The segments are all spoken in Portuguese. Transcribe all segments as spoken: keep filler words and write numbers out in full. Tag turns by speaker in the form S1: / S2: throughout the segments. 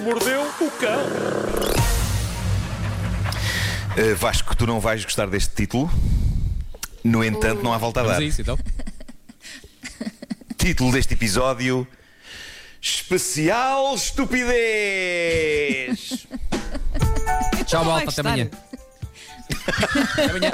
S1: mordeu o cão.
S2: Uh, Vasco, tu não vais gostar deste título. No entanto, uh. não há volta a dar.
S3: Vamos a isso, então.
S2: Título deste episódio: Especial Estupidez.
S3: Tchau, malta, até amanhã. Até amanhã.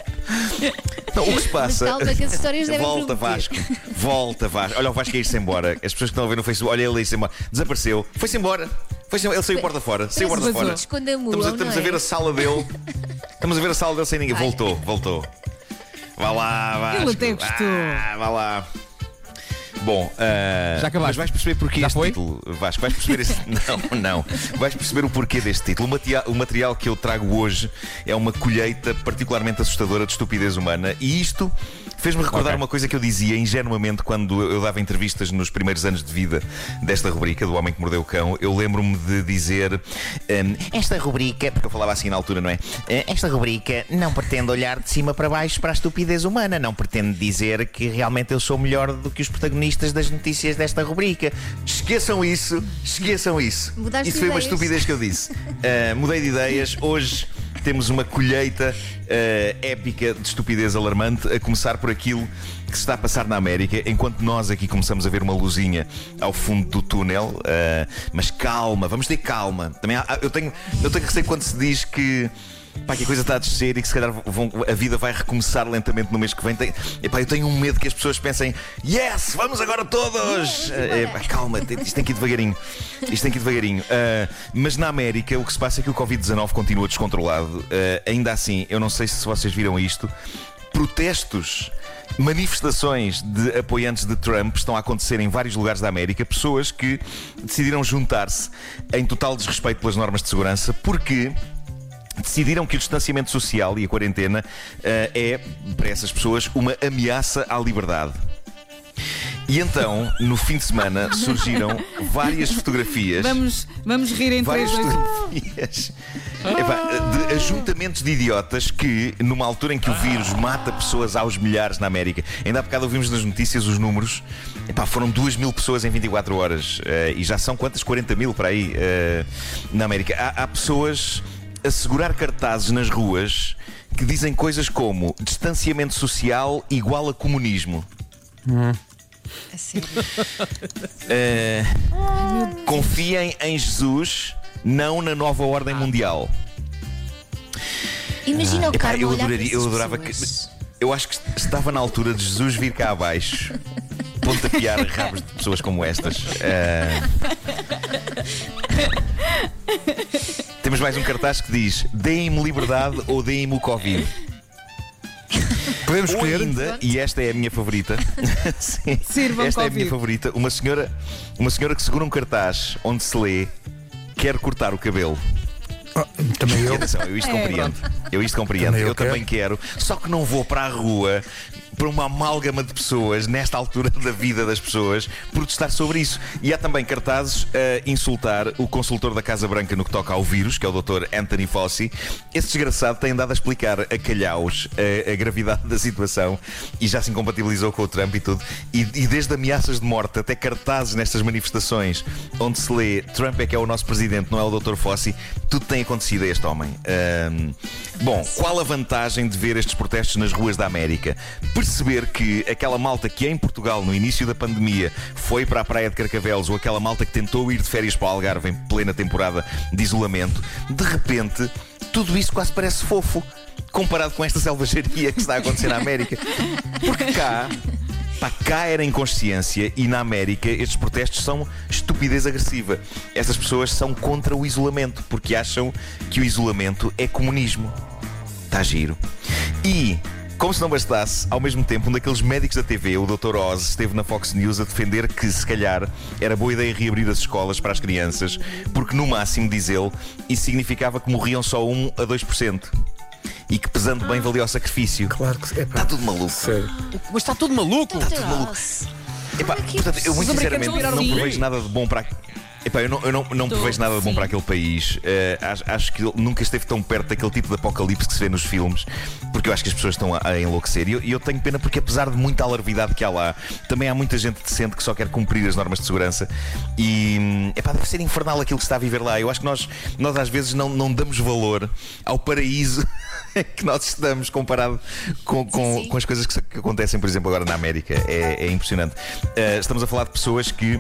S2: Não, o que se passa?
S4: Mas calma, que as histórias devem
S2: Volta,
S4: prometer.
S2: Vasco. Volta, Vasco. Olha o Vasco a ir-se embora. As pessoas que estão a ver no Facebook, olha ele a ir-se embora. Desapareceu. Foi-se embora. Foi-se embora. Ele saiu porta fora. Saiu porta fora.
S4: Esconda-mulam,
S2: Estamos, a, estamos
S4: não
S2: a ver
S4: é?
S2: a sala dele. Estamos a ver a sala dele sem ninguém.
S4: Ai.
S2: Voltou, voltou. Vá lá, Vasco.
S5: Ele até gostou.
S2: Ah, vá lá. Bom, uh,
S3: Já acabaste?
S2: mas vais perceber porquê
S3: Já
S2: este
S3: foi?
S2: título. Vasco, vais perceber esse... Não, não. Vais perceber o porquê deste título. O material, o material que eu trago hoje é uma colheita particularmente assustadora de estupidez humana. E isto fez-me recordar
S3: Ok.
S2: uma coisa que eu dizia ingenuamente quando eu dava entrevistas nos primeiros anos de vida desta rubrica, do Homem que Mordeu o Cão. Eu lembro-me de dizer um, esta rubrica, porque eu falava assim na altura, não é? Esta rubrica não pretende olhar de cima para baixo para a estupidez humana. Não pretende dizer que realmente eu sou melhor do que os protagonistas das notícias desta rubrica. Esqueçam isso, esqueçam isso.
S4: Mudaste
S2: Isso foi uma
S4: ideias.
S2: estupidez que eu disse. Uh, mudei de ideias. Hoje temos uma colheita uh, épica de estupidez alarmante, a começar por aquilo que se está a passar na América, enquanto nós aqui começamos a ver uma luzinha ao fundo do túnel. Uh, mas calma, vamos ter calma. Também há, eu tenho, eu tenho receio quando se diz que pá, que a coisa está a descer e que se calhar vão, a vida vai recomeçar lentamente no mês que vem. Tem, epá, eu tenho um medo que as pessoas pensem: yes, vamos agora todos! Uh, epá, calma, isto tem que ir devagarinho. Isto tem que ir devagarinho. Uh, mas na América o que se passa é que o covid dezanove continua descontrolado. Uh, ainda assim, eu não sei se vocês viram isto. Protestos, manifestações de apoiantes de Trump estão a acontecer em vários lugares da América. Pessoas que decidiram juntar-se em total desrespeito pelas normas de segurança porque decidiram que o distanciamento social e a quarentena uh, é, para essas pessoas, uma ameaça à liberdade. E então, no fim de semana, surgiram várias fotografias.
S5: Vamos, vamos rir em
S2: Várias
S5: três, dois, um.
S2: fotografias epá, de ajuntamentos de idiotas que, numa altura em que o vírus mata pessoas aos milhares na América, ainda há bocado ouvimos nas notícias os números, epá, foram duas mil pessoas em vinte e quatro horas. Uh, e já são quantas? quarenta mil para aí uh, na América. Há, há pessoas a segurar cartazes nas ruas que dizem coisas como distanciamento social igual a comunismo.
S5: Hum.
S4: A sério.
S2: Uh, confiem em Jesus, não na nova ordem mundial.
S4: Imagina o
S2: Epá,
S4: Carmo
S2: eu
S4: olhar
S2: adoraria-
S4: para
S2: eu
S4: essas
S2: adorava
S4: pessoas.
S2: que- Eu acho que estava na altura de Jesus vir cá abaixo, pontapear rabos de pessoas como estas. Uh, Temos mais um cartaz que diz: deem-me liberdade ou deem-me o Covid.
S6: Podemos
S2: Ou
S6: escolher?
S2: ainda, e esta é a minha favorita. Sim,
S5: Sirvam
S2: esta é a
S5: Covid.
S2: minha favorita. Uma senhora, uma senhora que segura um cartaz onde se lê: quer cortar o cabelo.
S6: Ah, também
S2: E
S6: eu.
S2: atenção, eu isto
S5: É.
S2: compreendo. Eu isto compreendo.
S6: Também eu
S2: eu também quero. Só que não vou para a rua para uma amálgama de pessoas, nesta altura da vida das pessoas, protestar sobre isso. E há também cartazes a insultar o consultor da Casa Branca no que toca ao vírus, que é o doutor Anthony Fauci. Esse desgraçado tem andado a explicar a calhaus a, a gravidade da situação e já se incompatibilizou com o Trump e tudo. E, e desde ameaças de morte até cartazes nestas manifestações onde se lê: Trump é que é o nosso presidente, não é o doutor Fauci. Tudo tem acontecido a este homem. Ahm, bom, qual a vantagem de ver estes protestos nas ruas da América? Perceber que aquela malta que em Portugal, no início da pandemia, foi para a praia de Carcavelos, ou aquela malta que tentou ir de férias para o Algarve em plena temporada de isolamento, de repente, tudo isso quase parece fofo comparado com esta selvageria que está a acontecer na América. Porque cá, pá, cá era inconsciência e na América estes protestos são estupidez agressiva. Estas pessoas são contra o isolamento porque acham que o isolamento é comunismo. Está giro. E, como se não bastasse, ao mesmo tempo, um daqueles médicos da T V, o doutor Oz, esteve na Fox News a defender que, se calhar, era boa ideia reabrir as escolas para as crianças, porque, no máximo, diz ele, isso significava que morriam só um a dois por cento. E que, pesando bem, valia o sacrifício.
S6: Claro que é.
S2: Está tudo maluco.
S6: Sério.
S3: Mas está tudo maluco.
S4: doutor
S2: tudo maluco.
S4: Oz.
S2: Epá,
S4: Como é que-
S2: portanto, eu muito
S3: Os americanos
S2: sinceramente
S3: viraram
S2: não
S3: fim.
S2: prevejo nada de bom para a... Epá, eu não, eu não, não
S5: Tô,
S2: prevejo nada de bom
S5: sim.
S2: para aquele país. Uh, acho, acho que ele nunca esteve tão perto daquele tipo de apocalipse que se vê nos filmes, porque eu acho que as pessoas estão a, a enlouquecer. E eu, e eu tenho pena porque, apesar de muita alarvidade que há lá, também há muita gente decente que só quer cumprir as normas de segurança. E epá, deve ser infernal aquilo que se está a viver lá. Eu acho que nós, nós às vezes não, não damos valor ao paraíso que nós estamos comparado com, com,
S4: Sim, sim.
S2: com as coisas que, que acontecem, por exemplo, agora na América. É, é impressionante. Uh, estamos a falar de pessoas que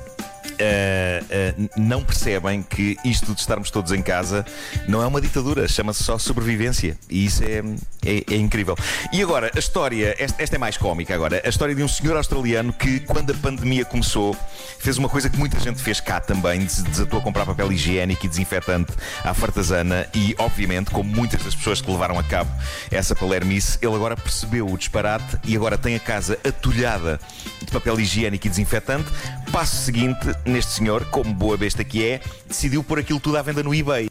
S2: Uh, uh, não percebem que isto de estarmos todos em casa não é uma ditadura, chama-se só sobrevivência. E isso é, é, é incrível. E agora, a história, esta, esta é mais cómica agora. A história de um senhor australiano que, quando a pandemia começou, fez uma coisa que muita gente fez cá também, desatou a comprar papel higiênico e desinfetante à fartazana. E, obviamente, como muitas das pessoas que levaram a cabo essa palermice, ele agora percebeu o disparate e agora tem a casa atulhada de papel higiênico e desinfetante. Passo seguinte, neste senhor, como boa besta que é, decidiu pôr aquilo tudo à venda no eBay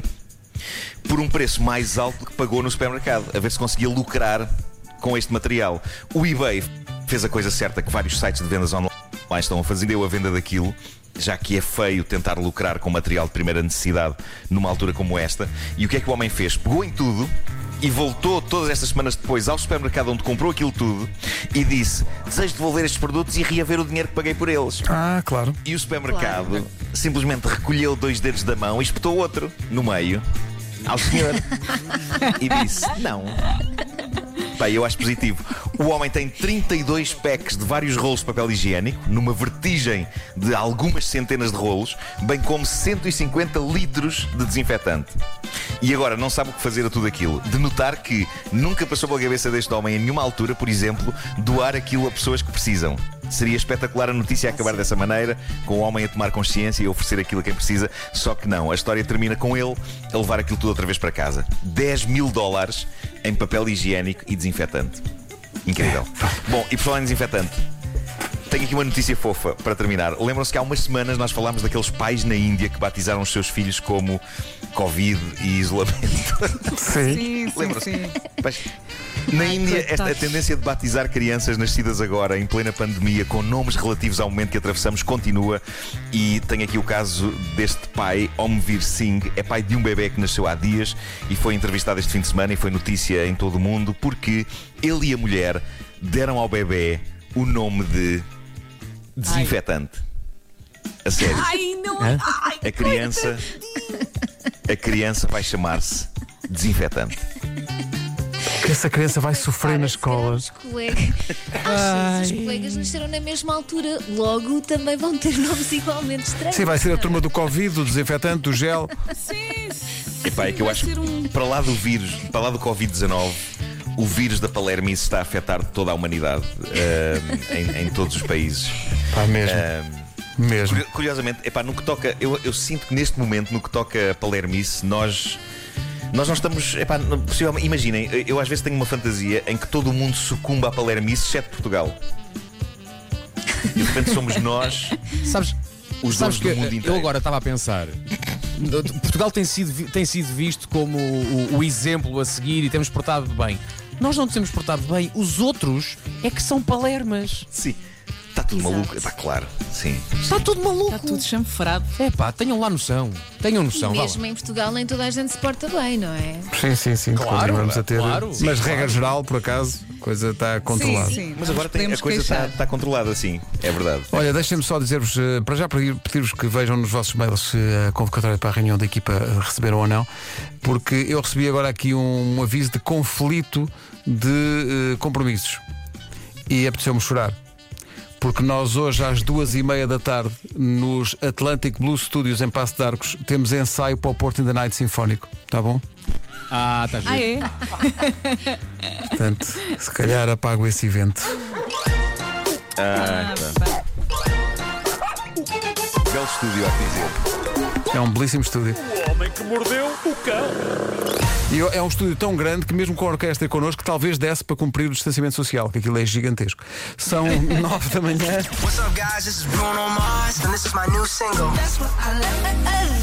S2: por um preço mais alto do que pagou no supermercado, a ver se conseguia lucrar com este material. O eBay fez a coisa certa que vários sites de vendas online estão a fazer, deu a venda daquilo, já que é feio tentar lucrar com material de primeira necessidade numa altura como esta. E o que é que o homem fez? Pegou em tudo e voltou todas estas semanas depois ao supermercado onde comprou aquilo tudo e disse: desejo devolver estes produtos e reaver o dinheiro que paguei por eles.
S1: Ah, claro.
S2: E o supermercado
S4: Claro.
S2: simplesmente recolheu dois dedos da mão e espetou outro no meio ao senhor e disse: não. Bem, eu acho positivo. O homem tem trinta e dois packs de vários rolos de papel higiênico, numa vertigem de algumas centenas de rolos, bem como cento e cinquenta litros de desinfetante. E agora não sabe o que fazer a tudo aquilo. De notar que nunca passou pela cabeça deste homem em nenhuma altura, por exemplo, doar aquilo a pessoas que precisam. Seria espetacular a notícia acabar dessa maneira, com o homem a tomar consciência e a oferecer aquilo a quem precisa. Só que não, a história termina com ele a levar aquilo tudo outra vez para casa. dez mil dólares em papel higiênico e desinfetante. Incrível. Bom, e por falar em desinfetante, tenho aqui uma notícia fofa para terminar. Lembram-se que há umas semanas nós falámos daqueles pais na Índia que batizaram os seus filhos como Covid e isolamento.
S1: Sim.
S5: Sim, sim,
S2: Lembram-se?
S5: sim.
S2: Mas, na
S5: Ai,
S2: Índia, esta, a
S5: coitados.
S2: tendência de batizar crianças nascidas agora, em plena pandemia, com nomes relativos ao momento que atravessamos, continua. E tenho aqui o caso deste pai, Omvir Singh. É pai de um bebê que nasceu há dias e foi entrevistado este fim de semana e foi notícia em todo o mundo porque ele e a mulher deram ao bebê o nome de desinfetante. A sério.
S5: Ai, não.
S3: Hã?
S5: Ai,
S2: A criança, a criança vai chamar-se desinfetante.
S1: Que essa criança vai sofrer na
S4: Para, se calhar
S1: escola.
S4: Os colegas, Achas, os colegas nasceram na mesma altura, logo também vão ter nomes igualmente estranhos.
S1: Sim, vai ser a turma do Covid, do desinfetante, do gel.
S5: sim.
S2: Epá, é que eu
S5: Vai
S2: acho
S5: ser um-
S2: que para lá do vírus, para lá do covid dezanove, o vírus da palermice está a afetar toda a humanidade, ah, em, em todos os países.
S1: Pá, mesmo.
S2: Ah,
S1: Mesmo.
S2: Curio- Curiosamente, epá, no que toca, eu, eu sinto que neste momento, no que toca a palermice, nós, nós não estamos. Epá, não- possivelmente, imaginem, eu às vezes tenho uma fantasia em que todo o mundo sucumba à palermice, exceto Portugal. E de repente somos nós
S3: Sabes,
S2: os
S3: sabes
S2: donos
S3: que
S2: do mundo inteiro.
S3: eu agora estava a pensar. Portugal tem sido, vi- tem sido visto como o, o exemplo a seguir e temos portado bem. Nós não temos portado bem, os outros é que são palermas.
S2: Sim, está tudo
S4: Exato.
S2: maluco. Epá, claro, sim.
S3: Está tudo maluco.
S5: Está tudo chanfrado.
S3: É pá, tenham lá noção. Tenham
S4: E
S3: noção. vá lá.
S4: mesmo em Portugal nem toda a gente se porta bem, não é?
S1: Sim, sim, sim.
S3: Claro,
S1: continuamos a ter.
S3: claro.
S1: Mas
S3: Sim,
S1: regra
S3: claro.
S1: geral, por acaso, a coisa está controlada.
S5: Sim, sim.
S2: Mas
S5: Não
S2: agora
S5: nos
S2: tem, a
S5: podemos
S2: coisa está,
S5: queixar.
S2: está controlada, sim, é verdade.
S1: Olha, deixem-me só dizer-vos, eh, para já pedir- pedir-vos que vejam nos vossos mails se a convocatória para a reunião da equipa eh, receberam ou não, porque eu recebi agora aqui um, um aviso de conflito de eh, compromissos e apeteceu-me chorar. Porque nós hoje às duas e meia da tarde nos Atlantic Blues Studios em Passo de Arcos temos ensaio para o Porto in the Night Sinfónico, tá bom?
S3: Ah, está
S5: Ah,
S3: giro.
S5: é?
S1: Portanto, se calhar apago esse evento.
S2: Ah, tá. Belo estúdio, há que dizer.
S1: É um belíssimo estúdio.
S6: O homem que mordeu o cão.
S1: E é um estúdio tão grande que mesmo com a orquestra connosco talvez desse para cumprir o distanciamento social, que aquilo é gigantesco. São nove da manhã.
S7: What's up, guys? This is Bruno Mars, and this is my new single.